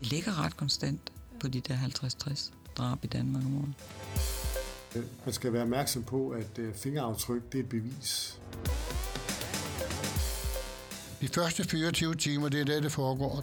ligger ret konstant på de der 50-60 drab i Danmark om året. Man skal være opmærksom på, at fingeraftryk, det er et bevis. De første 24 timer, det er der, det foregår.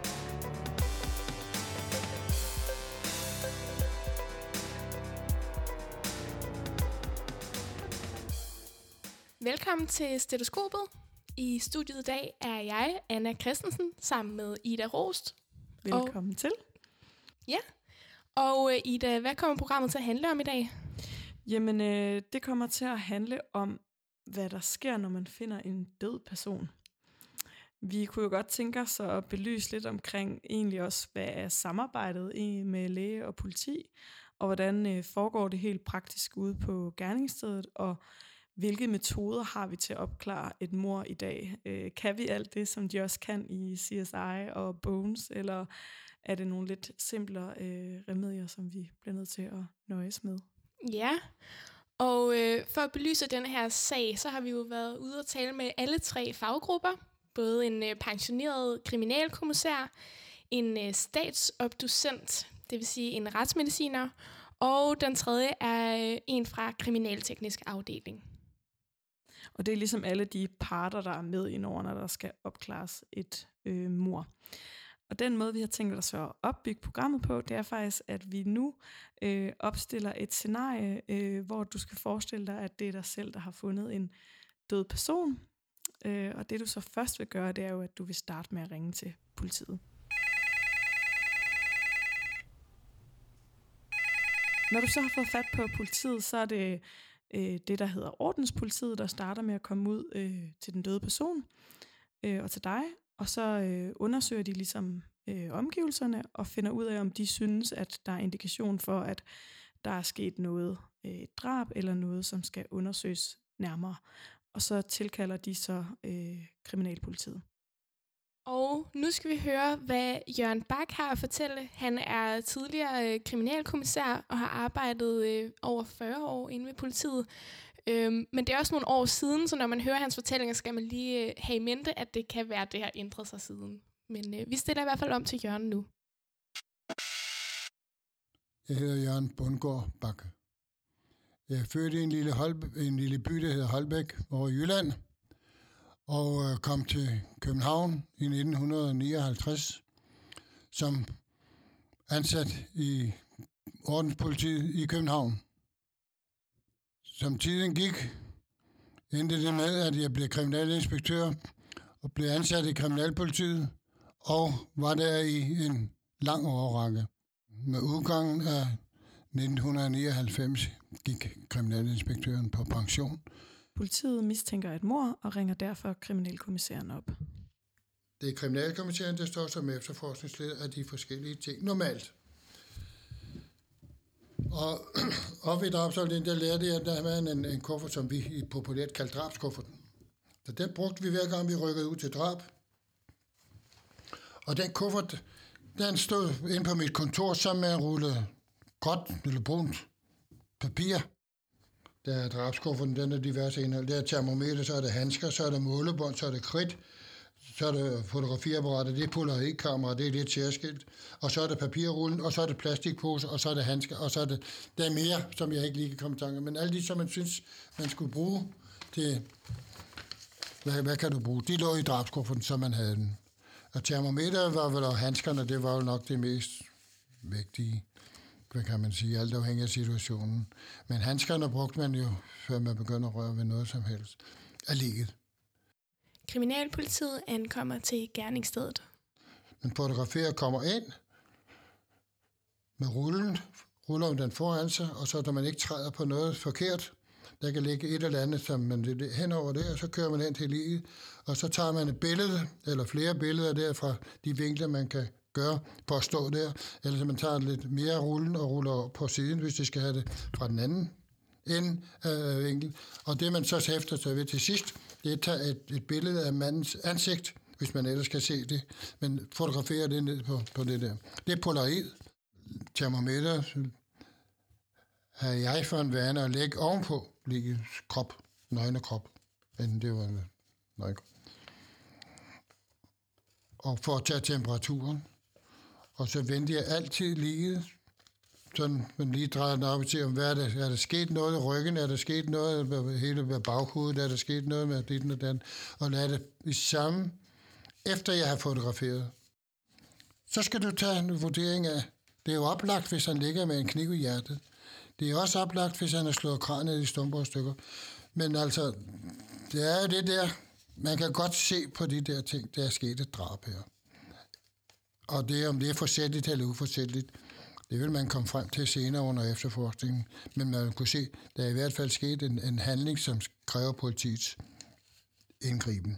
Velkommen til Stetoskopet. I studiet i dag er jeg, Anna Christensen, sammen med Ida Rost. Velkommen til. Ja, og Ida, hvad kommer programmet til at handle om i dag? Jamen, det kommer til at handle om, hvad der sker, når man finder en død person. Vi kunne jo godt tænke os at belyse lidt omkring egentlig også, hvad er samarbejdet med læge og politi, og hvordan foregår det helt praktisk ude på gerningsstedet, og hvilke metoder har vi til at opklare et mord i dag? Kan vi alt det, som de også kan i CSI og Bones, eller er det nogle lidt simplere remedier, som vi bliver nødt til at nøjes med? Ja, og for at belyse den her sag, så har vi jo været ude og tale med alle 3 faggrupper. Både en pensioneret kriminalkommissær, en statsobducent, det vil sige en retsmediciner, og den tredje er en fra kriminalteknisk afdeling. Og det er ligesom alle de parter, der er med indover, når der skal opklares et mord. Og den måde, vi har tænkt os at opbygge programmet på, det er faktisk, at vi nu opstiller et scenarie, hvor du skal forestille dig, at det er dig selv, der har fundet en død person. Og det du så først vil gøre, det er jo, at du vil starte med at ringe til politiet. Når du så har fået fat på politiet, så er det det, der hedder ordenspolitiet, der starter med at komme ud til den døde person og til dig. Og så undersøger de ligesom omgivelserne og finder ud af, om de synes, at der er indikation for, at der er sket noget drab eller noget, som skal undersøges nærmere. Og så tilkalder de så kriminalpolitiet. Og nu skal vi høre, hvad Jørgen Bak har at fortælle. Han er tidligere kriminalkommissær og har arbejdet over 40 år inde ved politiet. Men det er også nogle år siden, så når man hører hans fortællinger, skal man lige have i mente, at det kan være, at det har ændret sig siden. Men vi stiller i hvert fald om til Jørgen nu. Jeg hedder Jørgen Bundgaard Bak. Jeg er født i en lille by, der hedder Holbæk over i Jylland, og kom til København i 1959 som ansat i ordenspolitiet i København. Som tiden gik, endte det med, at jeg blev kriminalinspektør og blev ansat i kriminalpolitiet, og var der i en lang årrække. Med udgangen af 1999 gik kriminalinspektøren på pension. Politiet mistænker et mord og ringer derfor kriminalkommissæren op. Det er kriminalkommissæren, der står som efterforskningsleder af de forskellige ting normalt. Og ved drabsafdelingen, der lærte jeg, at der var en kuffert, som vi populært kaldte drabskufferten. Så den brugte vi hver gang, vi rykkede ud til drab. Og den kuffert, den stod inde på mit kontor sammen med en rulle gråt eller brunt papir. Der er drabskufferten, den er diverse indhold. Der er termometer, så er det handsker, så er det målebånd, så er det kridt, så er det fotografiapparatet, det er polaroidkamera, det er lidt særskilt, og så er det papirrullen, og så er det plastikpose, og så er det handsker, og så er det... Der er mere, som jeg ikke lige kan komme i tanke, men alle de, som man synes, man skulle bruge til... Hvad kan du bruge? De lå i drabskufferten, så man havde den. Og termometer var vel, og handskerne, det var jo nok det mest vigtige. Hvad kan man sige, alt afhængig af situationen. Men handskerne brugte man jo, før man begynder at røre ved noget som helst. Af liget. Kriminalpolitiet ankommer til gerningsstedet. Den fotograferer kommer ind med ruller den foran sig, og så når man ikke træder på noget forkert, der kan ligge et eller andet, som man henover det, og så kører man ind til liget, og så tager man et billede, eller flere billeder der fra de vinkler, man kan gøre for at stå der, eller så man tager lidt mere rullen og ruller på siden, hvis det skal have det fra den anden ende af vinkel. Og det man så hæfter sig ved til sidst, det er at tage et billede af mandens ansigt, hvis man ellers kan se det, men fotograferer det ned på det der. Det er polaroid. Termometer har jeg for en vane at lægge ovenpå, ligge krop, nøgne krop, enten det var nøgne. Og for at tage temperaturen. Og så vendte jeg altid liget, sådan man lige drejer den op og siger, hvad er der sket noget i ryggen, er der sket noget med hele med baghovedet, er der sket noget med dit og den, og lad det i samme, efter jeg har fotograferet. Så skal du tage en vurdering af, det er jo oplagt, hvis han ligger med en kniv i hjertet. Det er også oplagt, hvis han har slået kranet i stumper stykker. Men altså, det er jo det der, man kan godt se på de der ting, der er sket et drab her. Og det, om det er forsætligt eller uforsætligt, det vil man komme frem til senere under efterforskningen. Men man kunne se, der er i hvert fald sket en handling, som kræver politiets indgriben.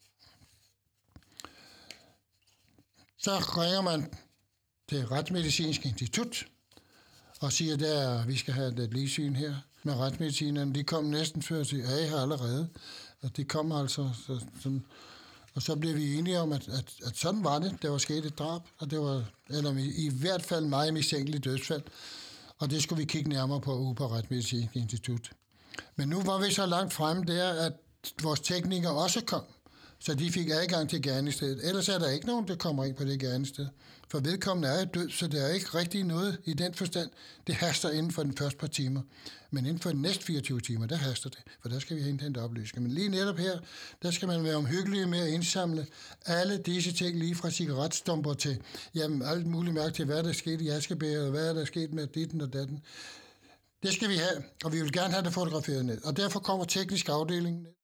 Så ringer man til Retsmedicinsk Institut og siger, at vi skal have et ligsyn her med retsmedicinerne. De kom næsten før til, ja, jeg har allerede. Og de kom altså sådan. Og så blev vi enige om, at sådan var det. Der var sket et drab, og det var i hvert fald meget mistænkeligt dødsfald. Og det skulle vi kigge nærmere på på Retsmedicinsk Institut. Men nu var vi så langt fremme der, at vores teknikere også kom, så de fik adgang til gerningsstedet. Ellers er der ikke nogen, der kommer ind på det gerningssted. For vedkommende er død, så der er ikke rigtig noget i den forstand. Det haster inden for den første par timer. Men inden for de næste 24 timer, der haster det. For der skal vi indhente oplysninger. Men lige netop her, der skal man være omhyggelig med at indsamle alle disse ting, lige fra cigaretstumper til alt muligt mærke til, hvad der er sket i Askebæret, og hvad der er sket med ditten og datten. Det skal vi have, og vi vil gerne have det fotograferet ned. Og derfor kommer teknisk afdeling ned.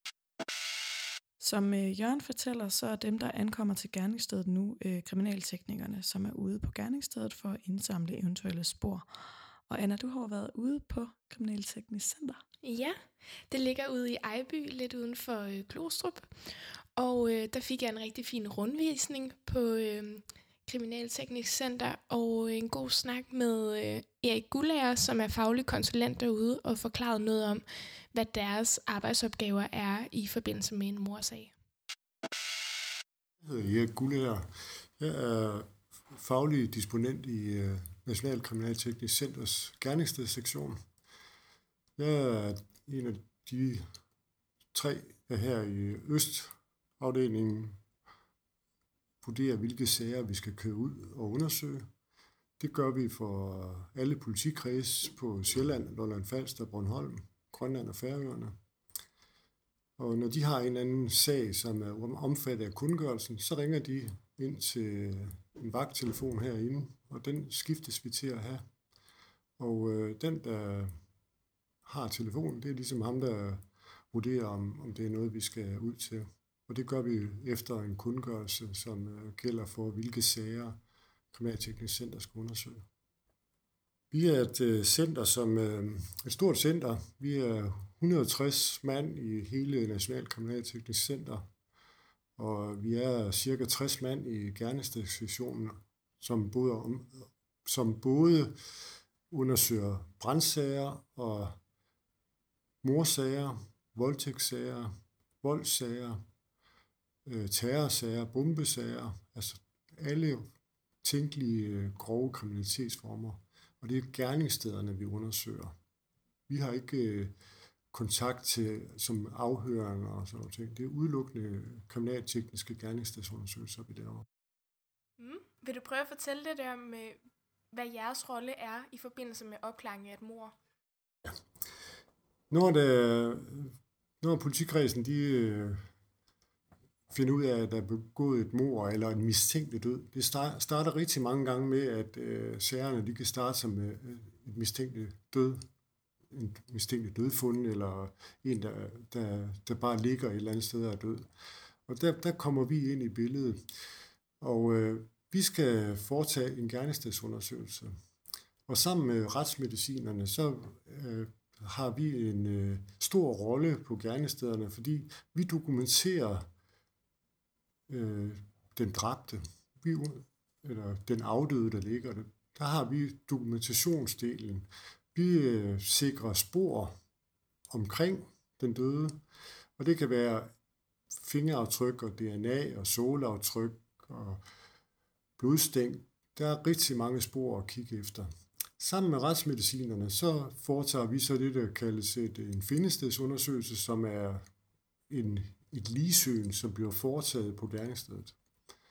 Som Jørgen fortæller, så er dem, der ankommer til gerningsstedet nu, kriminalteknikerne, som er ude på gerningsstedet for at indsamle eventuelle spor. Og Anna, du har været ude på Kriminalteknisk Center. Ja, det ligger ude i Ejby, lidt uden for Glostrup. Og der fik jeg en rigtig fin rundvisning på Kriminalteknisk Center, og en god snak med Erik Guldager, som er faglig konsulent derude, og forklaret noget om, hvad deres arbejdsopgaver er i forbindelse med en mordsag. Jeg hedder Erik Guldager. Jeg er faglig disponent i National Kriminalteknisk Centers gerningsstedssektion. Jeg er en af de 3, der her i Østafdelingen vurderer, hvilke sager vi skal køre ud og undersøge. Det gør vi for alle politikreds på Sjælland, Lolland Falster, Bornholm, Grønland og Færøerne. Og når de har en anden sag, som er omfattet af kundgørelsen, så ringer de ind til en vagttelefon herinde, og den skiftes vi til at have. Og den, der har telefonen, det er ligesom ham, der vurderer, om det er noget, vi skal ud til. Og det gør vi efter en kundgørelse, som gælder for, hvilke sager Kriminalteknisk Center skal undersøge. Vi er et center, som et stort center. Vi er 160 mand i hele National Kriminalteknisk Center, og vi er cirka 60 mand i gerningsstedssektionen, som både undersøger brandsager og mordsager, voldtægtssager, voldssager, terrorsager, bombesager, altså alle tænkelige grove kriminalitetsformer. Og det er gerningsstederne, vi undersøger. Vi har ikke kontakt til som afhøringer og sådan noget. Det er udelukkende kriminaltekniske gerningsstedsundersøgelser, vi laver. Vil du prøve at fortælle lidt om, hvad jeres rolle er i forbindelse med opklaringen af et mord? Ja. Når politikredsen finder ud af, at der er begået et mord eller en mistænkelig død, det starter rigtig mange gange med, at sagerne de kan starte som et mistænkeligt død, en mistænkelig dødfund, eller en, der bare ligger et eller andet sted og er død. Og der kommer vi ind i billedet, og vi skal foretage en gerningsstedsundersøgelse. Og sammen med retsmedicinerne, så har vi en stor rolle på gerningsstederne, fordi vi dokumenterer den dræbte, eller den afdøde, der ligger der. Der har vi dokumentationsdelen. Vi sikrer spor omkring den døde, og det kan være fingeraftryk og DNA og såleaftryk og blodstænk. Der er rigtig mange spor at kigge efter. Sammen med retsmedicinerne, så foretager vi så det, der kaldes en findestedsundersøgelse, som er et ligsøgen, som bliver foretaget på gerningsstedet.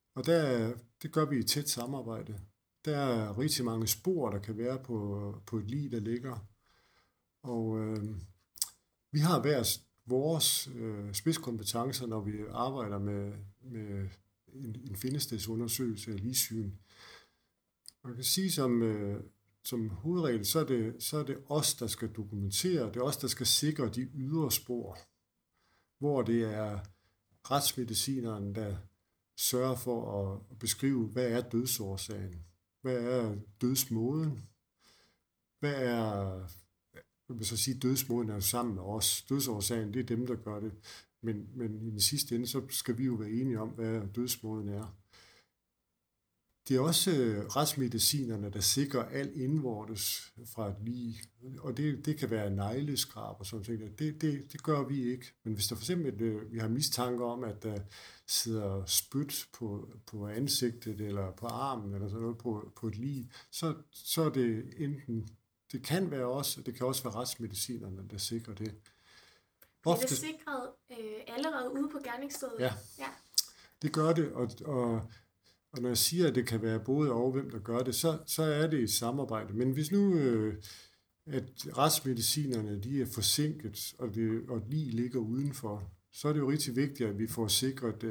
Og det gør vi i tæt samarbejde. Der er rigtig mange spor, der kan være på et lig, der ligger. Og vi har hver vores spidskompetencer, når vi arbejder med en findestedsundersøgelse af ligsyn. Man kan sige som hovedregel, så er det os, der skal dokumentere, det er os, der skal sikre de ydre spor, hvor det er retsmedicineren, der sørger for at beskrive, hvad er dødsårsagen, hvad er dødsmåden, hvad er, jeg vil så sige, dødsmåden er jo sammen med os. Dødsårsagen, det er dem, der gør det, men i den sidste ende, så skal vi jo være enige om, hvad dødsmåden er. Det er også retsmedicinerne, der sikrer alt indvortes fra et lig, og det kan være negleskrab og sådan noget. Det gør vi ikke. Men hvis der for eksempel vi har mistanke om, at der sidder spyt på ansigtet eller på armen eller sådan noget på et lig, så er det enten, det kan være os, og det kan også være retsmedicinerne, der sikrer det. Er det sikret allerede ude på gerningsstedet? Ja, det gør det, og når jeg siger, at det kan være både og hvem der gør det, så er det et samarbejde. Men hvis nu at retsmedicinerne de er forsinket, og et lig ligger udenfor, så er det jo rigtig vigtigt, at vi får sikret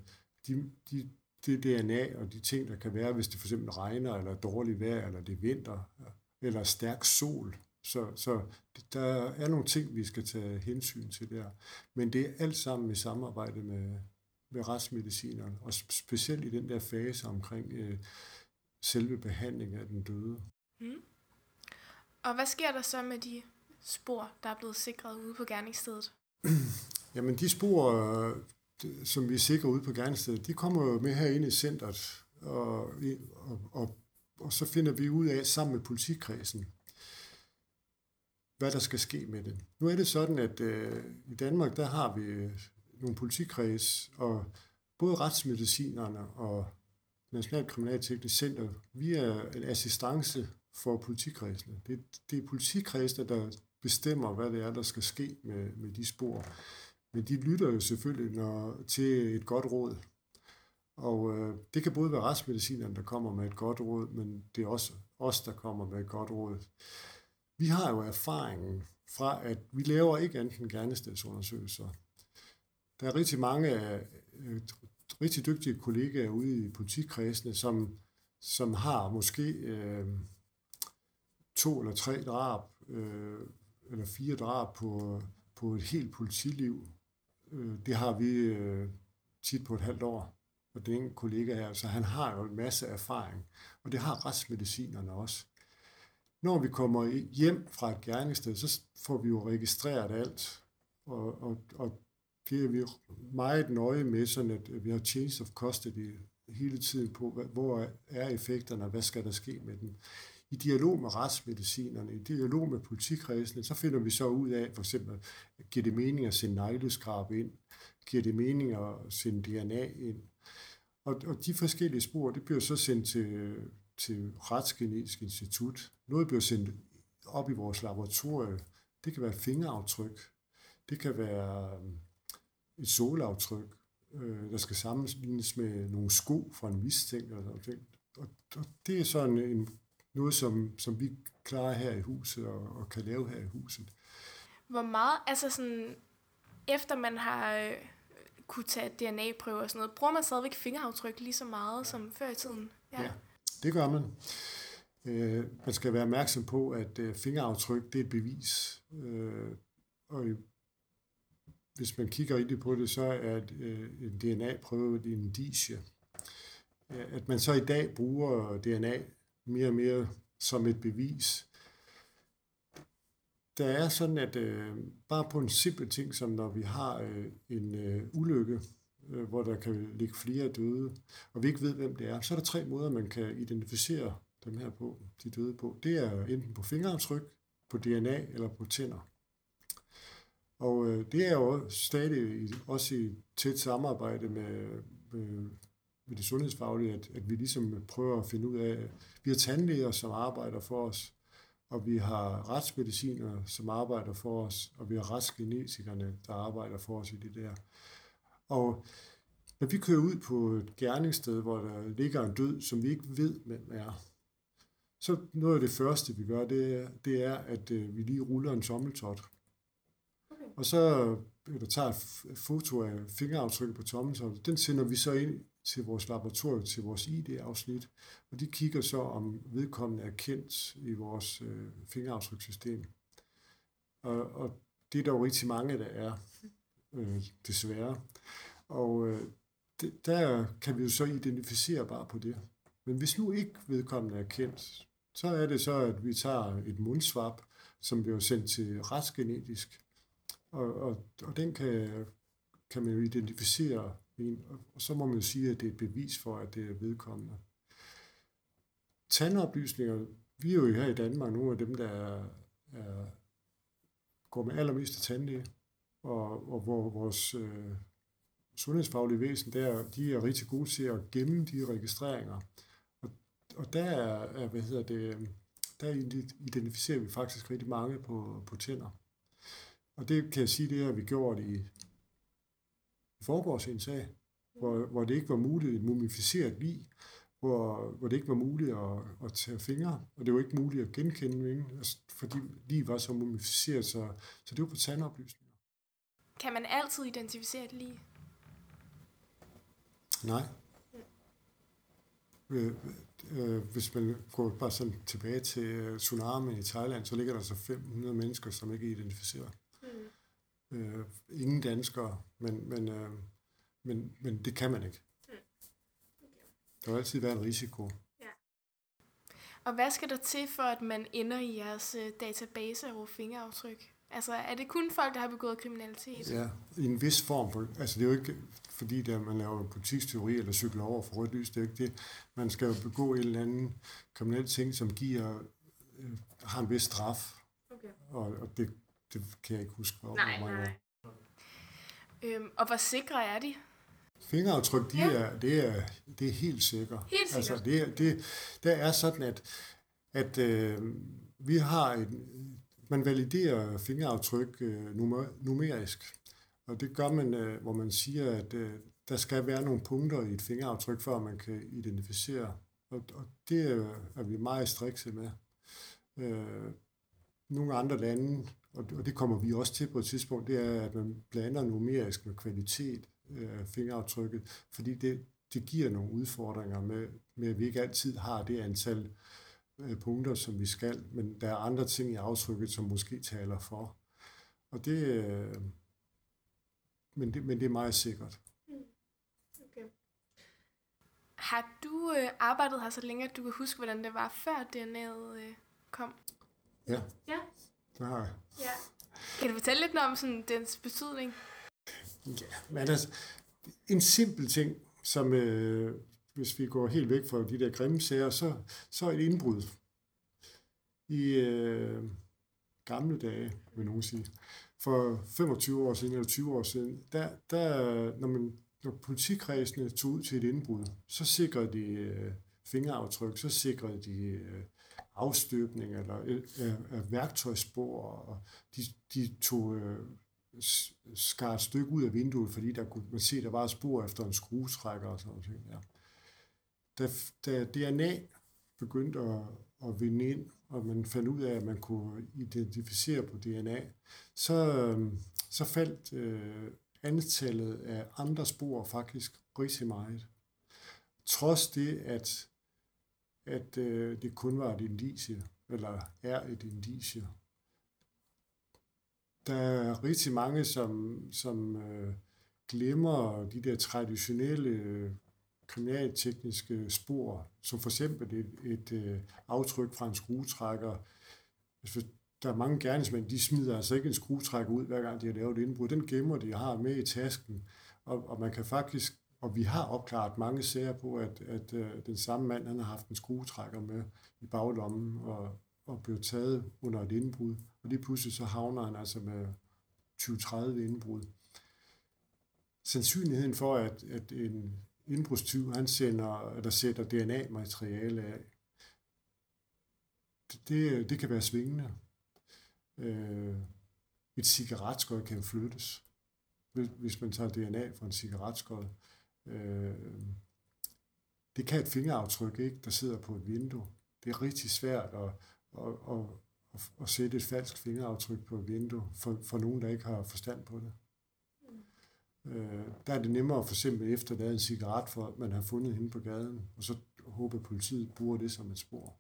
det DNA og de ting, der kan være, hvis det for eksempel regner, eller dårligt vejr, eller det er vinter, eller stærk sol. Så der er nogle ting, vi skal tage hensyn til der. Men det er alt sammen i samarbejde med retsmedicinerne, og specielt i den der fase omkring selve behandlingen af den døde. Mm. Og hvad sker der så med de spor, der er blevet sikret ude på gerningsstedet? Jamen de spor, som vi sikrer ude på gerningsstedet, de kommer jo med herinde i centret, og så finder vi ud af sammen med politikredsen, hvad der skal ske med det. Nu er det sådan, at i Danmark, der har vi nogle politikreds, og både retsmedicinerne og National Kriminalteknisk Center, vi er en assistance for politikredsene. Det er politikredsene, der bestemmer, hvad det er, der skal ske med de spor. Men de lytter jo selvfølgelig til et godt råd. Og det kan både være retsmedicinerne, der kommer med et godt råd, men det er også os, der kommer med et godt råd. Vi har jo erfaringen fra, at vi laver ikke enten gerningsstedsundersøgelser. Der er rigtig mange rigtig dygtige kollegaer ude i politikredsene, som har måske 2 eller 3 drab, eller 4 drab på et helt politiliv. Det har vi tit på et halvt år. Og det er en kollega her, så han har jo en masse erfaring. Og det har retsmedicinerne også. Når vi kommer hjem fra et gerningssted, så får vi jo registreret alt. Og det er vi meget nøje med, sådan at vi har change of custody hele tiden på, hvor er effekterne, og hvad skal der ske med dem. I dialog med retsmedicinerne, i dialog med politikredsene, så finder vi så ud af, for eksempel, giver det mening at sende negleskrab ind? Giver det mening at sende DNA ind? Og de forskellige spor, det bliver så sendt til Retsgenetisk Institut. Noget bliver sendt op i vores laboratorium. Det kan være fingeraftryk. Det kan være et sålaftryk, der skal sammenlignes med nogle sko fra en mistænkt. Og det er sådan noget, som vi klarer her i huset og kan lave her i huset. Hvor meget, altså sådan, efter man har kunne tage DNA-prøver og sådan noget, bruger man stadigvæk fingeraftryk lige så meget som før i tiden? Ja, det gør man. Man skal være opmærksom på, at fingeraftryk, det er et bevis. Og hvis man kigger ind på det, så er en DNA-prøve et indicie. At man så i dag bruger DNA mere og mere som et bevis. Der er sådan, at bare på en simpel ting, som når vi har en ulykke, hvor der kan ligge flere døde, og vi ikke ved, hvem det er, så er der 3 måder, man kan identificere dem her på, de døde på. Det er enten på fingeraftryk, på DNA eller på tænder. Og det er jo stadig også i tæt samarbejde med det sundhedsfaglige, at vi ligesom prøver at finde ud af, vi har tandlæger, som arbejder for os, og vi har retsmedicinere, som arbejder for os, og vi har retsgenetikerne, der arbejder for os i det der. Og Når vi kører ud på et gerningssted, hvor der ligger en død, som vi ikke ved, hvem er, så noget af det første, vi gør, det er at vi lige ruller en tommeltot. Okay. Og så tager et foto af fingeraftrykket på tommeltotten. Den sender vi så ind til vores laboratorium, til vores ID-afsnit, og de kigger så, om vedkommende er kendt i vores fingeraftrykssystem. Og det er der jo rigtig mange, der er, desværre. Og der kan vi jo så identificere bare på det. Men hvis nu ikke vedkommende er kendt, så er det så, at vi tager et mundsvab, som bliver sendt til retsgenetisk, og den kan man jo identificere en, og så må man jo sige, at det er et bevis for, at det er vedkommende. Tandoplysninger, vi er jo her i Danmark nogle af dem, der går med allermest til tandlæge, og hvor vores sundhedsfaglige væsen, de er rigtig gode til at gemme de registreringer. Og der identificerer vi faktisk rigtig mange på tænder. Og det kan jeg sige, det har vi gjort i forgårs en sag, hvor det ikke var muligt at mumificere et lig, hvor det ikke var muligt at tage fingre, og det var ikke muligt at genkende nogen, fordi lig var så mumificeret, så det var på tandoplysninger. Kan man altid identificere et lig? Nej. Hvis man går bare sådan tilbage til tsunamien i Thailand, så ligger der så 500 mennesker, som ikke er identificeret. Ingen danskere, men det kan man ikke. Der vil altid være en risiko. Ja. Og hvad skal der til, for at man ender i jeres database over fingeraftryk? Altså, er det kun folk, der har begået kriminalitet? Ja, i en vis form. Altså, det er jo ikke, fordi man laver butiksteori eller cykler over for rødt lys. Det er ikke det. Man skal jo begå en eller anden kriminel ting, som har en vis straf. Okay. Og det kan jeg ikke huske, hvor mange år. Og hvor sikre er de? Fingeraftryk, det er helt sikre. Helt sikkert. Altså, det er sådan, at vi har man validerer fingeraftryk numerisk. Og det gør man, hvor man siger, at der skal være nogle punkter i et fingeraftryk, før man kan identificere. Og det er vi meget strikse med. Nogle andre lande, og det kommer vi også til på et tidspunkt, det er, at man blander numerisk med kvalitet af fingeraftrykket, fordi det giver nogle udfordringer med, at vi ikke altid har det antal punkter, som vi skal, men der er andre ting i aftrykket, som måske taler for. Og men det er meget sikkert. Okay. Har du arbejdet her så længe, at du kan huske, hvordan det var, før DNA'et kom? Ja, det har jeg. Ja. Kan du fortælle lidt om sådan, dens betydning? Ja, men altså, en simpel ting, som hvis vi går helt væk fra de der grimme sager, så et indbrud. I gamle dage, vil nogen sige, for 25 år siden eller 20 år siden, når politikredsene tog ud til et indbrud, så sikrede de fingeraftryk, så sikrede de afstøbning eller værktøjsspor, og de tog skar et stykke ud af vinduet, fordi der kunne man se, at der var et spor efter en skruetrækker og sådan noget. Ja. Da DNA begyndte at vinde ind, og man fandt ud af, at man kunne identificere på DNA, så faldt antallet af andre spor faktisk rigtig meget. Trods det, at det kun var et indicie, eller er et indicie. Der er rigtig mange, som glemmer de der traditionelle kriminaltekniske spor, som for eksempel et aftryk fra en skruetrækker. Der er mange gerningsmænd, de smider altså ikke en skruetrækker ud, hver gang de har lavet et indbrud. Den gemmer de har med i tasken, og man kan faktisk, og vi har opklaret mange sager på, at den samme mand, han har haft en skruetrækker med i baglommen, og blev taget under et indbrud, og lige pludselig så havner han altså med 20-30 indbrud. Sandsynligheden for, at en indbrudstyv, han sætter DNA-materiale af, det kan være svingende. Et cigaretskod kan flyttes, hvis man tager DNA fra en cigaretskod. Det kan et fingeraftryk ikke, der sidder på et vindue. Det er rigtig svært at sætte et falsk fingeraftryk på et vindue for nogen, der ikke har forstand på det. Der er det nemmere for eksempel efterlade en cigaret, for at man har fundet hende på gaden, og så håber politiet bruger det som et spor,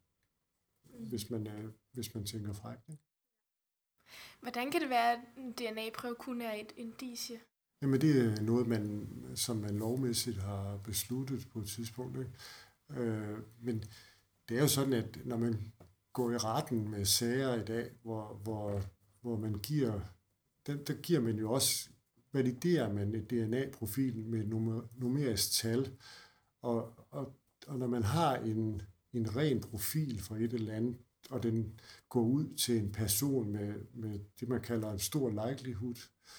hvis man tænker frækt. Ikke? Hvordan kan det være, at en DNA-prøve kun er et indicie? Jamen det er noget, som man lovmæssigt har besluttet på et tidspunkt. Ikke? Men det er jo sådan, at når man går i retten med sager i dag, hvor man giver, der giver man jo også, validerer man et DNA-profil med et numerisk tal, og når man har en ren profil for et eller andet, og den går ud til en person med det, man kalder en stor likelihood,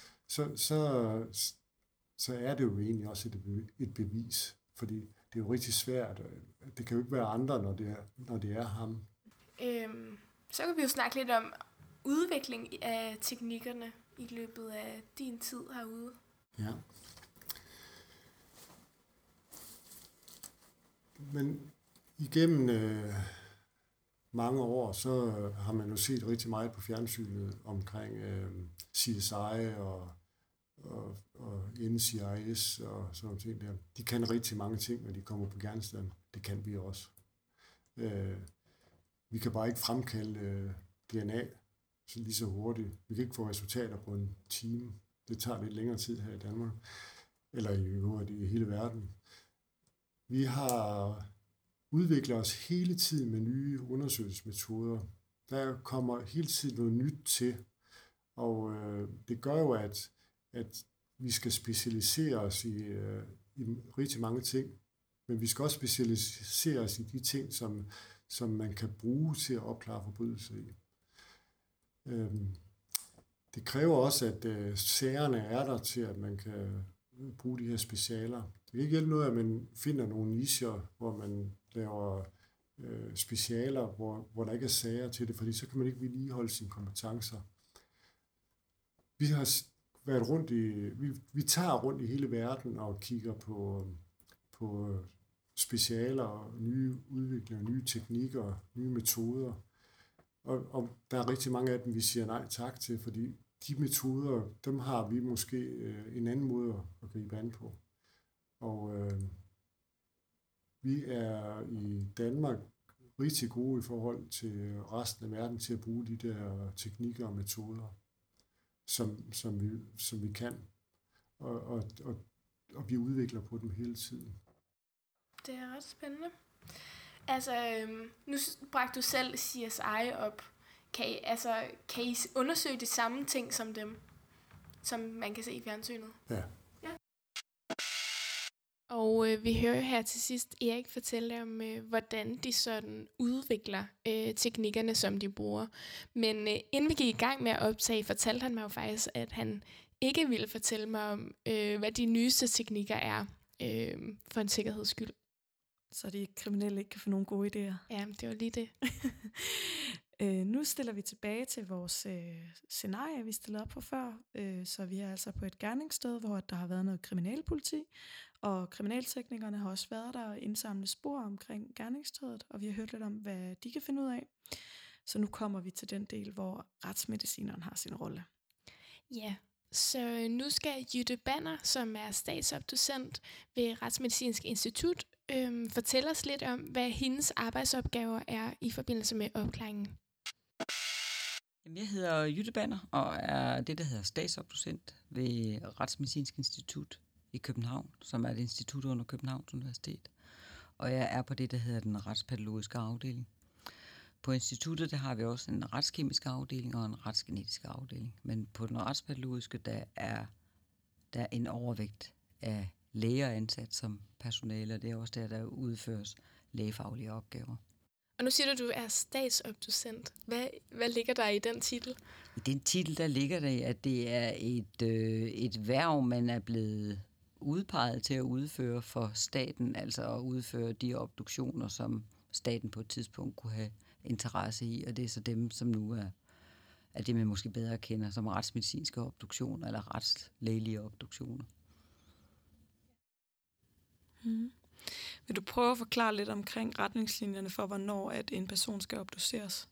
så er det jo egentlig også et bevis, fordi det er jo rigtig svært. Det kan jo ikke være andre, når det er ham. Så kan vi jo snakke lidt om udvikling af teknikkerne i løbet af din tid herude. Ja. Men igennem mange år, så har man jo set rigtig meget på fjernsynet omkring CSI og NCIS og sådan nogle ting der. De kan rigtig mange ting, når de kommer på gerningsstedet. Det kan vi også. Vi kan bare ikke fremkalde DNA lige så hurtigt. Vi kan ikke få resultater på en time. Det tager lidt længere tid her i Danmark, eller i hele verden. Vi har udviklet os hele tiden med nye undersøgelsesmetoder. Der kommer hele tiden noget nyt til, og det gør jo, at vi skal specialisere os i rigtig mange ting, men vi skal også specialisere os i de ting, som man kan bruge til at opklare forbrydelser i. Det kræver også, at sagerne er der til, at man kan bruge de her specialer. Det kan ikke hjælpe noget, at man finder nogle nicher, hvor man laver specialer, hvor der ikke er sager til det, fordi så kan man ikke vedligeholde sine kompetencer. Vi har været rundt vi tager rundt i hele verden og kigger på specialer og nye udviklinger, nye teknikker, nye metoder. Og der er rigtig mange af dem, vi siger nej tak til, fordi de metoder, dem har vi måske en anden måde at gribe an på. Og vi er i Danmark rigtig gode i forhold til resten af verden til at bruge de der teknikker og metoder, som vi kan. Og vi udvikler på dem hele tiden. Det er ret spændende. Altså, nu bragte du selv CSI op. Kan I undersøge de samme ting som dem, som man kan se i fjernsynet? Ja. Og vi hører her til sidst Erik fortælle om, hvordan de sådan udvikler teknikkerne, som de bruger. Men inden vi gik i gang med at optage, fortalte han mig jo faktisk, at han ikke ville fortælle mig om, hvad de nyeste teknikker er, for en sikkerheds skyld. Så de kriminelle ikke kan få nogle gode idéer. Ja, det var lige det. Nu stiller vi tilbage til vores scenarie, vi stillede op på før. Så vi er altså på et gerningssted, hvor der har været noget kriminalpoliti, og kriminalteknikerne har også været der og indsamlet spor omkring gerningsstedet, og vi har hørt lidt om, hvad de kan finde ud af. Så nu kommer vi til den del, hvor retsmedicineren har sin rolle. Ja, så nu skal Jytte Banner, som er stabsopdocent ved Retsmedicinsk Institut, fortælle os lidt om, hvad hendes arbejdsopgaver er i forbindelse med opklaringen. Jeg hedder Jytte Banner og er det, der hedder stabsopdocent ved Retsmedicinsk Institut i København, som er et institut under Københavns Universitet. Og jeg er på det, der hedder den retspatologiske afdeling. På instituttet der har vi også en retskemisk afdeling og en retsgenetisk afdeling. Men på den retspatologiske, der er en overvægt af læger ansat som personale, og det er også der udføres lægefaglige opgaver. Og nu siger du er stabsopdocent. Hvad ligger der i den titel? I den titel, der ligger der, at det er et hverv, man er blevet udpeget til at udføre for staten, altså at udføre de obduktioner, som staten på et tidspunkt kunne have interesse i, og det er så dem, som nu er det, man måske bedre kender som retsmedicinske obduktioner eller retslægelige obduktioner. Mm. Vil du prøve at forklare lidt omkring retningslinjerne for, hvornår at en person skal obduceres?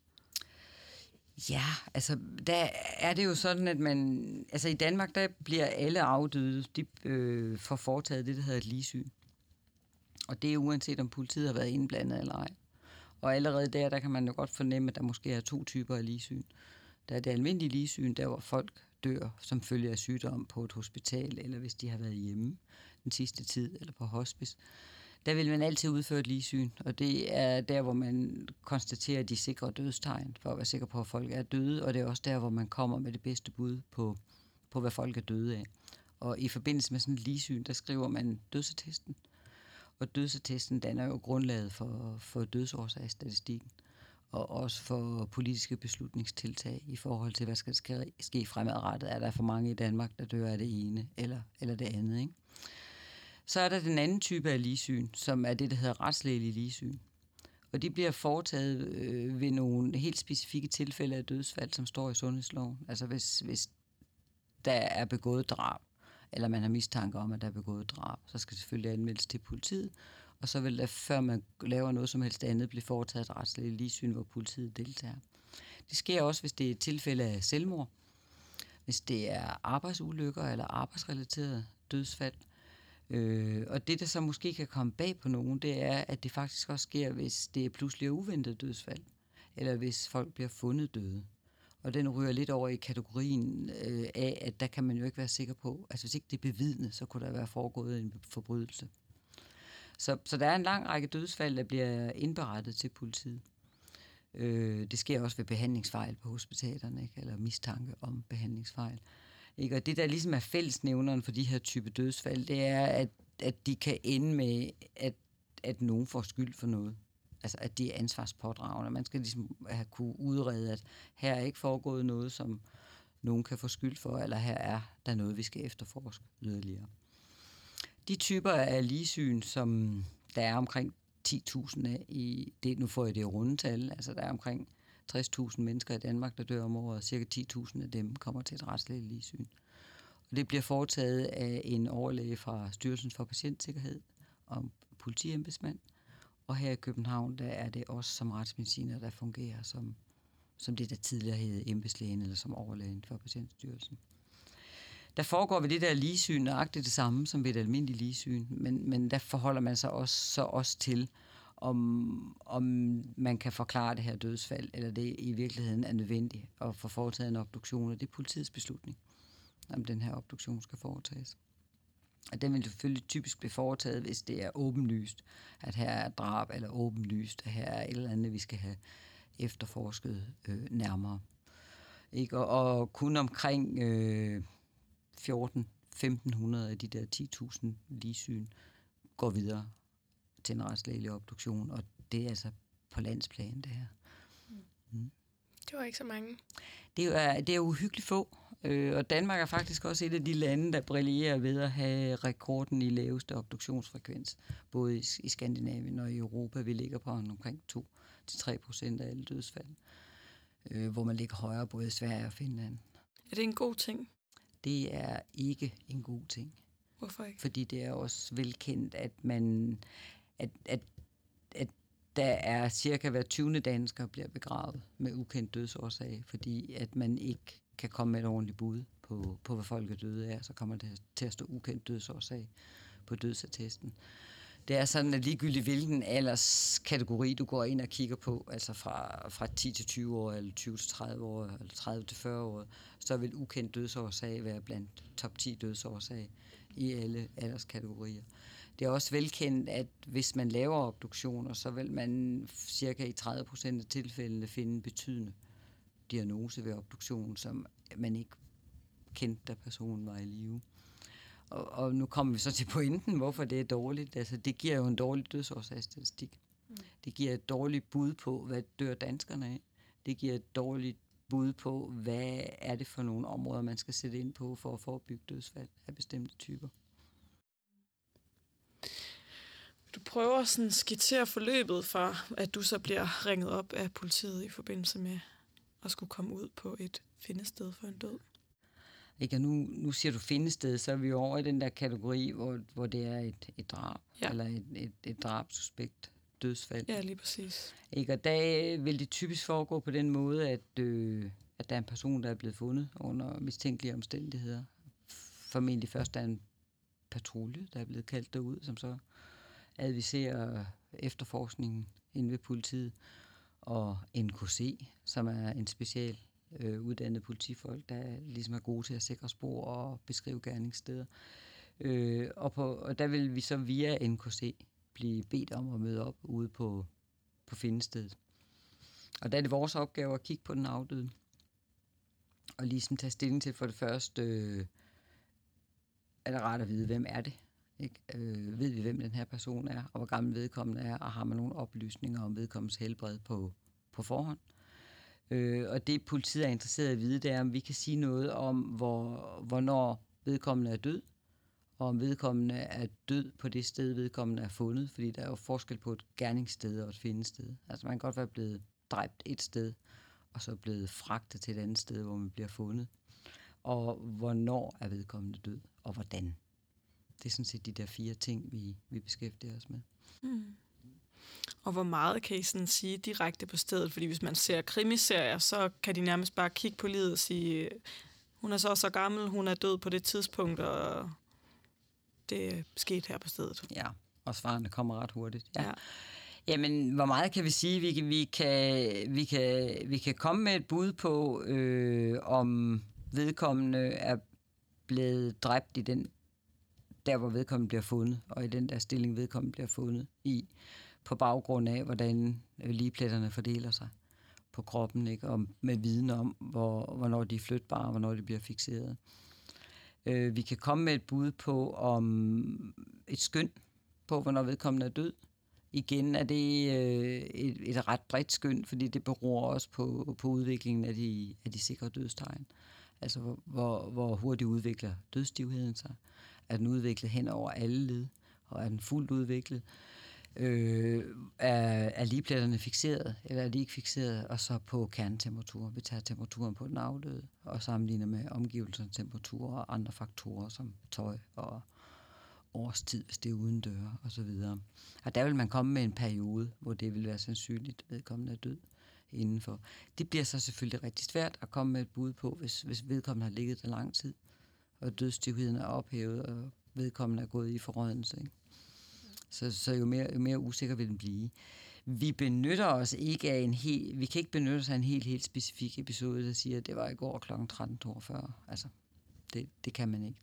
Ja, altså der er det jo sådan, at i Danmark, der bliver alle afdøde, de får foretaget det, der hedder et ligsyn. Og det er uanset om politiet har været indblandet eller ej. Og allerede der kan man jo godt fornemme, at der måske er 2 typer af ligsyn. Der er det almindelige ligsyn, der hvor folk dør som følge af sygdom på et hospital, eller hvis de har været hjemme den sidste tid, eller på hospice. Der vil man altid udføre et ligsyn, og det er der, hvor man konstaterer de sikre dødstegn, for at være sikker på, at folk er døde, og det er også der, hvor man kommer med det bedste bud på hvad folk er døde af. Og i forbindelse med sådan et ligsyn, der skriver man dødsattesten, og dødsattesten danner jo grundlaget for dødsårsagsstatistikken, og også for politiske beslutningstiltag i forhold til, hvad skal ske fremadrettet. Er der for mange i Danmark, der dør af det ene eller det andet, ikke? Så er der den anden type af ligsyn, som er det, der hedder retslægelige ligsyn. Og de bliver foretaget ved nogle helt specifikke tilfælde af dødsfald, som står i sundhedsloven. Altså hvis der er begået drab, eller man har mistanke om, at der er begået drab, så skal det selvfølgelig anmeldes til politiet. Og så vil der, før man laver noget som helst andet, blive foretaget et retslægeligt ligsyn, hvor politiet deltager. Det sker også, hvis det er et tilfælde af selvmord, hvis det er arbejdsulykker eller arbejdsrelaterede dødsfald. Og det, der så måske kan komme bag på nogen, det er, at det faktisk også sker, hvis det er pludselig uventet dødsfald, eller hvis folk bliver fundet døde. Og den ryger lidt over i kategorien af, at der kan man jo ikke være sikker på, altså hvis ikke det er bevidnet, så kunne der være foregået en forbrydelse. Så der er en lang række dødsfald, der bliver indberettet til politiet. Det sker også ved behandlingsfejl på hospitalerne, ikke? Eller mistanke om behandlingsfejl. Ikke? Og det, der ligesom er fællesnævneren for de her type dødsfald, det er, at de kan ende med, at nogen får skyld for noget. Altså, at de er ansvarspådragende. Man skal ligesom kunne udrede, at her er ikke foregået noget, som nogen kan få skyld for, eller her er der noget, vi skal efterforske yderligere. De typer af ligsyn, som der er omkring 10.000 af i det, nu får jeg det i rundetal, altså der er omkring 60.000 mennesker i Danmark, der dør om året, og cirka 10.000 af dem kommer til et retslægeligt ligsyn. Og det bliver foretaget af en overlæge fra Styrelsen for Patientsikkerhed og politiembedsmand. Og her i København, der er det også som retsmediciner, der fungerer som det, der tidligere hed embedslægen, eller som overlægen for Patientstyrelsen. Der foregår ved det der ligsyn nøjagtigt det samme som ved et almindeligt ligsyn, men der forholder man sig også til, om man kan forklare det her dødsfald, eller det i virkeligheden er nødvendigt at få foretaget en obduktion, og det er politiets beslutning, om den her obduktion skal foretages. Og den vil selvfølgelig typisk blive foretaget, hvis det er åbenlyst, at her er drab, eller åbenlyst, at her er et eller andet, vi skal have efterforsket nærmere. Ikke? Og kun omkring 1.400-1.500 af de der 10.000 ligsyn går videre til en retslægelig obduktion, og det er altså på landsplan, det her. Mm. Det var ikke så mange. Det er uhyggeligt få, og Danmark er faktisk også et af de lande, der brillerer ved at have rekorden i laveste obduktionsfrekvens, både i Skandinavien og i Europa. Vi ligger på omkring 2-3% af alle dødsfald, hvor man ligger højere både i Sverige og Finland. Er det en god ting? Det er ikke en god ting. Hvorfor ikke? Fordi det er også velkendt, at der er cirka hver 20. dansker bliver begravet med ukendt dødsårsag, fordi at man ikke kan komme med et ordentligt bud på hvad folk er døde af, så kommer det til at stå ukendt dødsårsag på dødsattesten. Det er sådan, at ligegyldigt hvilken alderskategori du går ind og kigger på, altså fra 10 til 20 år, eller 20 til 30 år, eller 30 til 40 år, så vil ukendt dødsårsag være blandt top 10 dødsårsag i alle alderskategorier. Det er også velkendt, at hvis man laver obduktioner, så vil man cirka i 30% af tilfældene finde en betydende diagnose ved obduktion, som man ikke kendte, da personen var i live. Og nu kommer vi så til pointen, hvorfor det er dårligt. Altså, det giver jo en dårlig dødsårsagsstatistik. Det giver et dårligt bud på, hvad dør danskerne af. Det giver et dårligt bud på, hvad er det for nogle områder, man skal sætte ind på for at forebygge dødsfald af bestemte typer. Du prøver sådan at skitsere forløbet for, at du så bliver ringet op af politiet i forbindelse med at skulle komme ud på et findested for en død. Ikke? Og nu siger du findested, så er vi over i den der kategori, hvor det er et drab, eller et drabsuspekt dødsfald. Ja, lige præcis. Ikke? Og der vil det typisk foregå på den måde, at der er en person, der er blevet fundet under mistænkelige omstændigheder. Formentlig først er en patrulje, der er blevet kaldt derud, som så adviserer efterforskningen inde ved politiet, og NKC, som er en special uddannet politifolk, der ligesom er gode til at sikre spor og beskrive gerningssteder. Og der vil vi så via NKC blive bedt om at møde op ude på findestedet. Og der er det vores opgave at kigge på den afdøde, og ligesom tage stilling til for det første, er det rart at vide, hvem er det? Ikke? Ved vi, hvem den her person er, og hvor gammel vedkommende er, og har man nogle oplysninger om vedkommendes helbred på forhånd? Og det politiet er interesseret i at vide, det er, om vi kan sige noget om, hvornår vedkommende er død, og om vedkommende er død på det sted, vedkommende er fundet, fordi der er jo forskel på et gerningssted og et findested. Altså man kan godt være blevet dræbt et sted, og så blevet fragtet til et andet sted, hvor man bliver fundet. Og hvornår er vedkommende død, og hvordan. Det er sådan set de der 4 ting, vi beskæftiger os med. Mm. Og hvor meget kan I sådan sige direkte på stedet? Fordi hvis man ser krimiserier, så kan de nærmest bare kigge på livet og sige, hun er så gammel, hun er død på det tidspunkt, og det er sket her på stedet. Ja, og svarene kommer ret hurtigt. Ja. Jamen, hvor meget kan vi sige? Vi kan komme med et bud på, om vedkommende er blevet dræbt i den, der hvor vedkommende bliver fundet, og i den der stilling vedkommende bliver fundet i, på baggrund af, hvordan ligepletterne fordeler sig på kroppen, ikke? Og med viden om, hvornår de er flytbare, og hvornår de bliver fikseret. Vi kan komme med et bud på, om et skøn på, hvornår vedkommende er død. Igen er det et ret bredt skøn, fordi det beror også på udviklingen af de sikre dødstegn. Altså, hvor hurtigt udvikler dødsstivheden sig. Er den udviklet hen over alle led, og er den fuldt udviklet? Er ligepletterne fikseret, eller er de ikke fikseret? Og så på kernetemperatur. Vi tager temperaturen på den afdøde, og sammenligner med omgivelsernes temperatur og andre faktorer, som tøj og årstid, hvis det er uden døre, og så videre. Og der vil man komme med en periode, hvor det vil være sandsynligt, at vedkommende er død indenfor. Det bliver så selvfølgelig rigtig svært at komme med et bud på, hvis vedkommende har ligget der lang tid, og dødsstivheden er ophævet, og vedkommende er gået i forrådnelse. Ikke? Så jo mere usikker vil den blive. Vi benytter os ikke af vi kan ikke benytte os af en helt specifik episode, der siger, at det var i går kl. 13.42. Altså, det kan man ikke.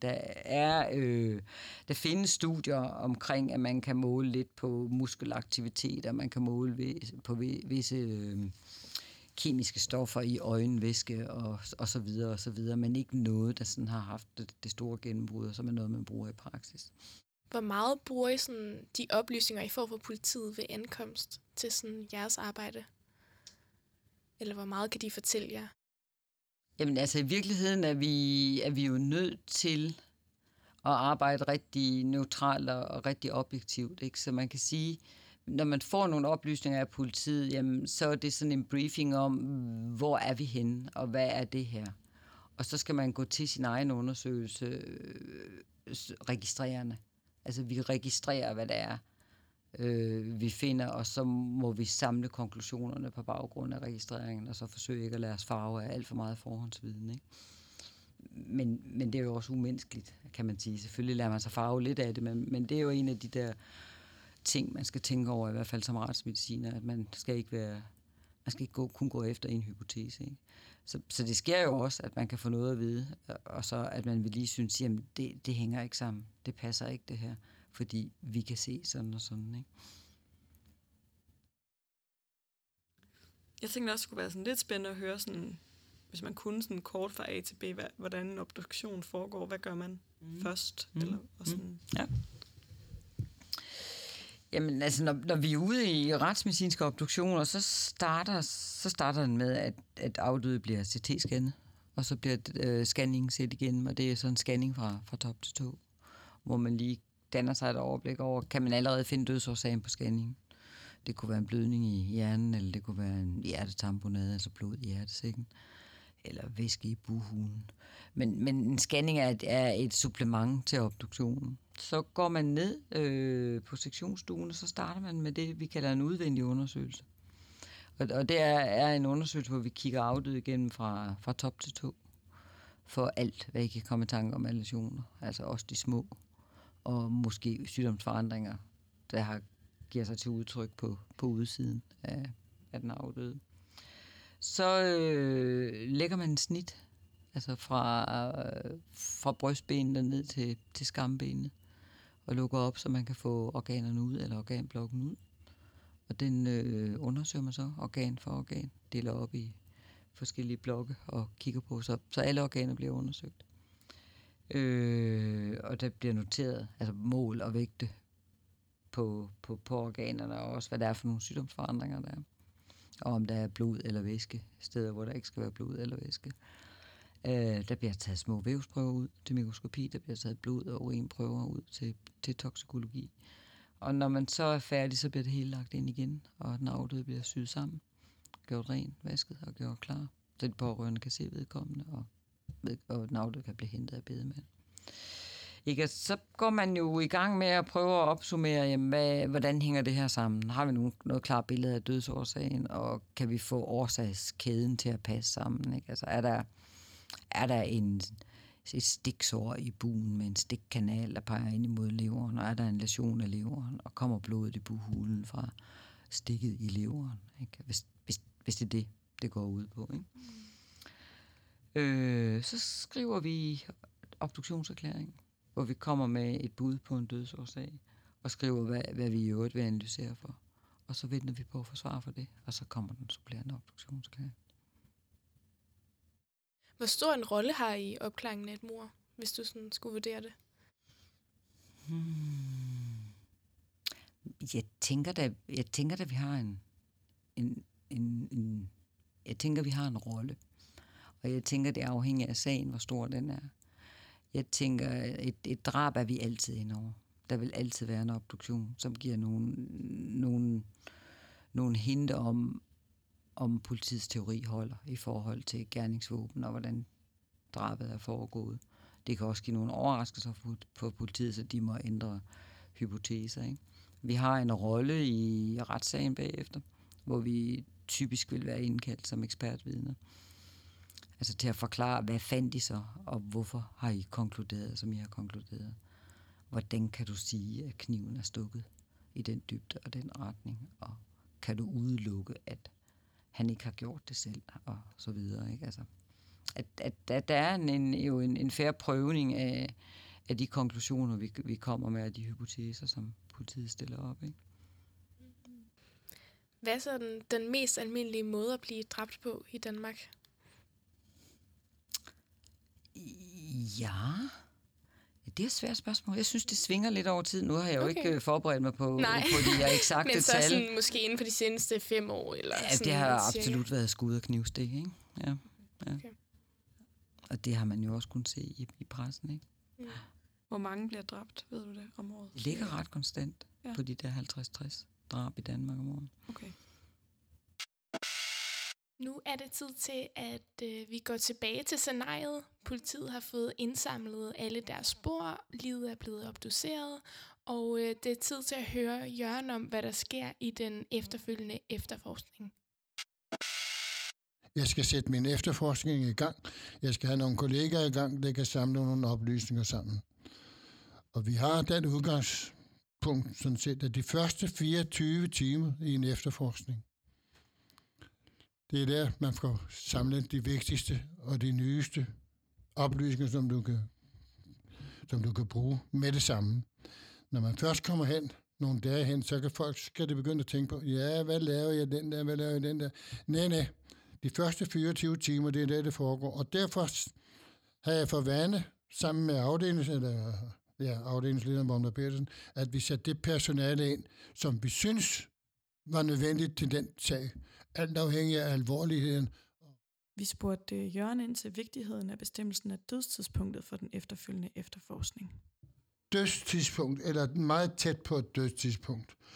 Der findes studier omkring, at man kan måle lidt på muskelaktivitet, og man kan måle på visse kemiske stoffer i øjenvæske og så videre, men ikke noget, der sådan har haft det store gennembrud, som er noget, man bruger i praksis. Hvor meget bruger I sådan de oplysninger, I får fra politiet ved ankomst til sådan jeres arbejde? Eller hvor meget kan de fortælle jer? Jamen altså i virkeligheden er vi jo nødt til at arbejde rigtig neutralt og rigtig objektivt. Ikke? Så man kan sige, når man får nogle oplysninger af politiet, jamen, så er det sådan en briefing om, hvor er vi henne, og hvad er det her? Og så skal man gå til sin egen undersøgelse registrerende. Altså vi registrerer, hvad det er, vi finder, og så må vi samle konklusionerne på baggrund af registreringen, og så forsøge ikke at lade os farve af alt for meget forhåndsviden. Ikke? Men det er jo også umenneskeligt, kan man sige. Selvfølgelig lader man sig farve lidt af det, men det er jo en af de der ting, man skal tænke over, i hvert fald som retsmediciner, at man skal ikke kun gå efter en hypotese. Ikke? Så det sker jo også, at man kan få noget at vide, og så at man vil lige synes, jamen det hænger ikke sammen, det passer ikke det her, fordi vi kan se sådan og sådan. Ikke? Jeg tænkte også, det skulle være sådan lidt spændende at høre, sådan, hvis man kunne sådan kort fra A til B, hvordan en obduktion foregår. Hvad gør man først? Eller, og sådan. Ja. Jamen altså, når vi er ude i retsmedicinske obduktioner, så starter den med, at afdøde bliver CT-scannet, og så bliver scanningen set igen, og det er sådan en scanning fra top til tå, hvor man lige danner sig et overblik over, kan man allerede finde dødsårsagen på scanningen. Det kunne være en blødning i hjernen, eller det kunne være en hjertetamponade, altså blod i hjertesækken. eller væske i bughulen. Men en scanning er et supplement til obduktionen. Så går man ned på sektionsstuen, og så starter man med det, vi kalder en udvendig undersøgelse. Og det er en undersøgelse, hvor vi kigger afdøde igennem fra top til tå. For alt, hvad I kan komme i tanke om alle lesioner. Altså også de små. Og måske sygdomsforandringer, der giver sig til udtryk på udsiden af den afdøde. Så lægger man en snit, altså fra brystbenene ned til skambenene, og lukker op, så man kan få organerne ud, eller organblokken ud. Og den undersøger man så organ for organ, deler op i forskellige blokke og kigger på, så alle organer bliver undersøgt. Og der bliver noteret altså mål og vægte på organerne, og også hvad der er for nogle sygdomsforandringer, der er. Og om der er blod eller væske, steder hvor der ikke skal være blod eller væske. Der bliver taget små vævsprøver ud til mikroskopi, der bliver taget blod og urinprøver ud til toksikologi. Og når man så er færdig, så bliver det hele lagt ind igen, og den afdøde bliver syet sammen, gjort ren, vasket og gjort klar, så de pårørende kan se vedkommende, og den afdøde kan blive hentet af bedemand. Ikke? Så går man jo i gang med at prøve at opsummere, jamen, hvordan hænger det her sammen? Har vi noget klart billede af dødsårsagen, og kan vi få årsagskæden til at passe sammen? Ikke? Altså, er der et stiksår i bugen med en stikkanal, der peger ind imod leveren, og er der en læsion af leveren, og kommer blodet i bughulen fra stikket i leveren? Ikke? Hvis det er det går ud på. Ikke? Så skriver vi obduktionserklæring, hvor vi kommer med et bud på en dødsårsag, og skriver, hvad vi i øvrigt vil analysere for. Og så venter vi på at få svar for det, og så kommer den supplerende obduktionserklæring. Hvor stor en rolle har I opklaringen af et mord, hvis du sådan skulle vurdere det? Jeg tænker da vi har vi har en rolle. Og jeg tænker, det er afhængigt af sagen, hvor stor den er. Jeg tænker, et drab er vi altid indover. Der vil altid være en obduktion, som giver nogle hinte om politiets teori holder i forhold til gerningsvåben og hvordan drabet er foregået. Det kan også give nogle overraskelser for politiet, så de må ændre hypoteser. Ikke? Vi har en rolle i retssagen bagefter, hvor vi typisk vil være indkaldt som ekspertvidner. Altså til at forklare, hvad fandt I så, og hvorfor har I konkluderet, som I har konkluderet? Hvordan kan du sige, at kniven er stukket i den dybde og den retning? Og kan du udelukke, at han ikke har gjort det selv, og så videre, ikke? Altså, at der er en fair prøvning af de konklusioner, vi kommer med, og de hypoteser, som politiet stiller op, ikke? Hvad er så den mest almindelige måde at blive dræbt på i Danmark? Ja, det er et svært spørgsmål. Jeg synes, det svinger lidt over tid. Nu har jeg jo ikke forberedt mig på de her eksakte tal. Men så sådan, måske inden for de seneste 5 år? Eller ja, sådan det har cirka. Absolut været skud og knivstik, ikke? Ja. Okay. Og det har man jo også kunnet se i pressen, ikke? Mm. Hvor mange bliver dræbt, ved du det, om året? Det ligger ret konstant på de der 50-60 drab i Danmark om året. Okay. Nu er det tid til, at vi går tilbage til scenariet. Politiet har fået indsamlet alle deres spor, livet er blevet obduceret, og det er tid til at høre Jørgen om, hvad der sker i den efterfølgende efterforskning. Jeg skal sætte min efterforskning i gang. Jeg skal have nogle kollegaer i gang, der kan samle nogle oplysninger sammen. Og vi har den udgangspunkt, sådan set, at de første 24 timer i en efterforskning, det er der, man får samlet de vigtigste og de nyeste oplysninger, som du kan bruge med det samme. Når man først kommer hen, nogle dage hen, så kan folk skal det begynde at tænke på, ja, hvad laver jeg den der, hvad laver jeg den der? Nej. De første 24 timer, det er det foregår. Og derfor har jeg for vane, sammen med afdelingslederen Bomler Petersen, at vi satte det personale ind, som vi synes var nødvendigt til den sag. Alt afhængig af alvorligheden. Vi spurgte Jørgen ind til vigtigheden af bestemmelsen af dødstidspunktet for den efterfølgende efterforskning. Dødstidspunkt, eller meget tæt på et dødstidspunkt.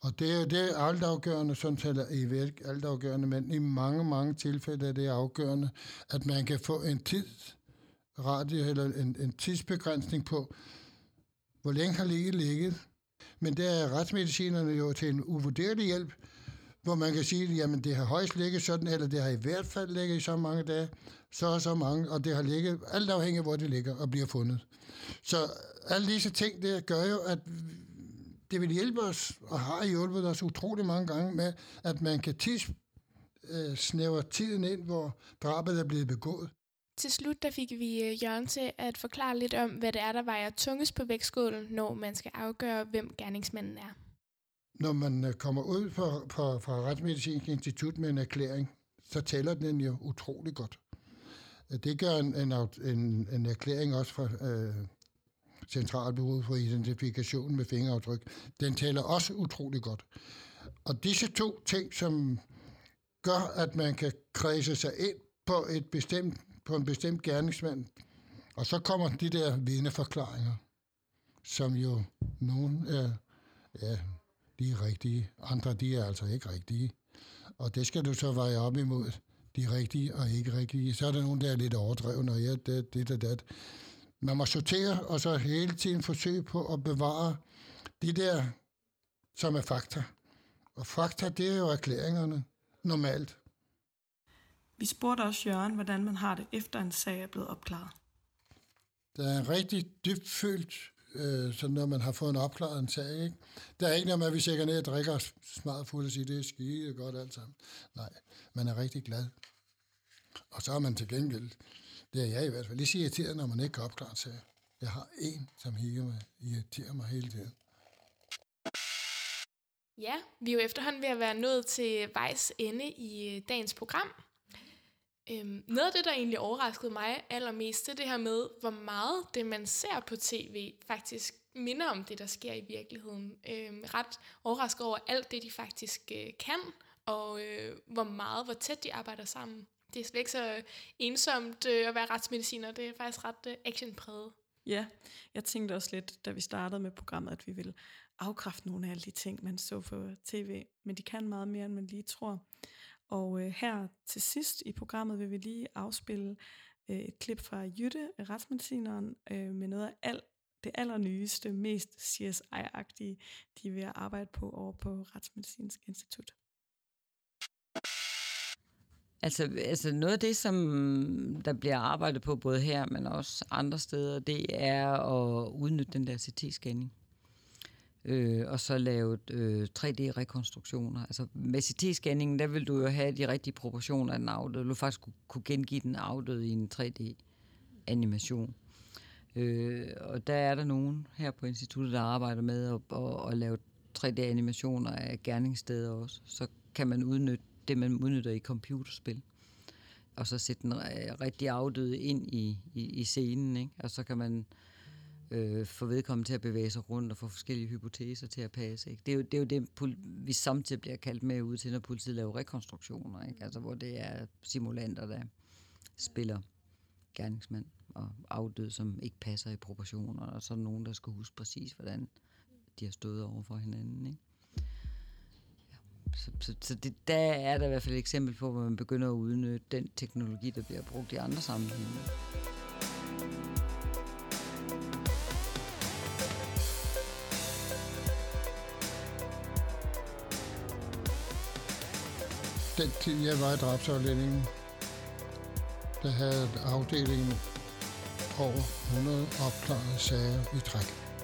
Og det er jo det altafgørende, sådan taler i altafgørende, men i mange, mange tilfælde er det afgørende, at man kan få en tidsradie eller en tidsbegrænsning på, hvor længe har ligget. Men der er retsmedicinerne jo til en uvurderlig hjælp, hvor man kan sige, jamen det har højst ligget sådan, eller det har i hvert fald ligget i så mange dage, så mange, og det har ligget alt afhængigt af, hvor det ligger og bliver fundet. Så alle disse ting der gør jo, at det vil hjælpe os, og har hjulpet os utrolig mange gange med, at man kan snævre tiden ind, hvor drabet er blevet begået. Til slut der fik vi Jørgen til at forklare lidt om, hvad det er, der vejer tungest på vægtskålen, når man skal afgøre, hvem gerningsmanden er. Når man kommer ud fra Retsmedicinsk Institut med en erklæring, så tæller den jo utrolig godt. Det gør en erklæring også fra Centralbureauet for Identifikation med fingeraftryk. Den tæller også utrolig godt. Og disse to ting, som gør, at man kan kredse sig ind på en bestemt gerningsmand, og så kommer de der vidneforklaringer, som jo nogen er, de er rigtige, andre de er altså ikke rigtige. Og det skal du så veje op imod, de rigtige og ikke rigtige. Så er der nogen, der er lidt overdrevne, og det. Man må sortere, og så hele tiden forsøge på at bevare de der, som er fakta. Og fakta, det er jo erklæringerne normalt. Vi spurgte også Jørgen, hvordan man har det, efter en sag er blevet opklaret. Der er en rigtig dybfølt, sådan når man har fået en opklaret en sag. Ikke? Der er ikke noget med, at vi sækker ned og drikker smart fuld og siger, det er skide godt alt sammen. Nej, man er rigtig glad. Og så er man til gengæld, det er jeg i hvert fald, lige så irriteret, når man ikke kan opklare en sag. Jeg har en, som irriterer mig hele tiden. Ja, vi er jo efterhånden ved at være nået til vejs ende i dagens program. Noget af det, der egentlig overraskede mig allermest, det er det her med, hvor meget det, man ser på tv, faktisk minder om det, der sker i virkeligheden. Ret overrasket over alt det, de faktisk kan, og hvor tæt de arbejder sammen. Det er slet ikke så ensomt at være retsmediciner, det er faktisk ret actionpræget. Ja, jeg tænkte også lidt, da vi startede med programmet, at vi ville afkræfte nogle af alle de ting, man så på tv, men de kan meget mere, end man lige tror. Og her til sidst i programmet vil vi lige afspille et klip fra Jytte, retsmedicineren, med noget af det allernyeste, mest CSI-agtige, de er ved at arbejde på over på Retsmedicinsk Institut. Altså noget af det, som der bliver arbejdet på både her, men også andre steder, det er at udnytte den der CT-scanning. Og så lave 3D-rekonstruktioner. Altså med CT-scanningen, der vil du jo have de rigtige proportioner af den afdøde. Du vil faktisk kunne gengive den afdøde i en 3D-animation. Og der er der nogen her på instituttet, der arbejder med at lave 3D-animationer af gerningssteder også. Så kan man udnytte det, man udnytter i computerspil. Og så sætte den rigtig afdøde ind i scenen, ikke? Og så kan man få vedkommende til at bevæge sig rundt og få forskellige hypoteser til at passe. Ikke? Det er jo det, vi samtidig bliver kaldt med ud til, når politiet laver rekonstruktioner. Ikke? Altså, hvor det er simulanter, der spiller gerningsmand og afdød, som ikke passer i proportioner, og så er nogen, der skal huske præcis, hvordan de har stået over for hinanden. Ikke? Så der er der i hvert fald et eksempel på, hvor man begynder at udnytte den teknologi, der bliver brugt i andre sammenhænge. Den tid, jeg var i drabsafdelingen, der havde afdelingen over 100 opklarede sager i træk.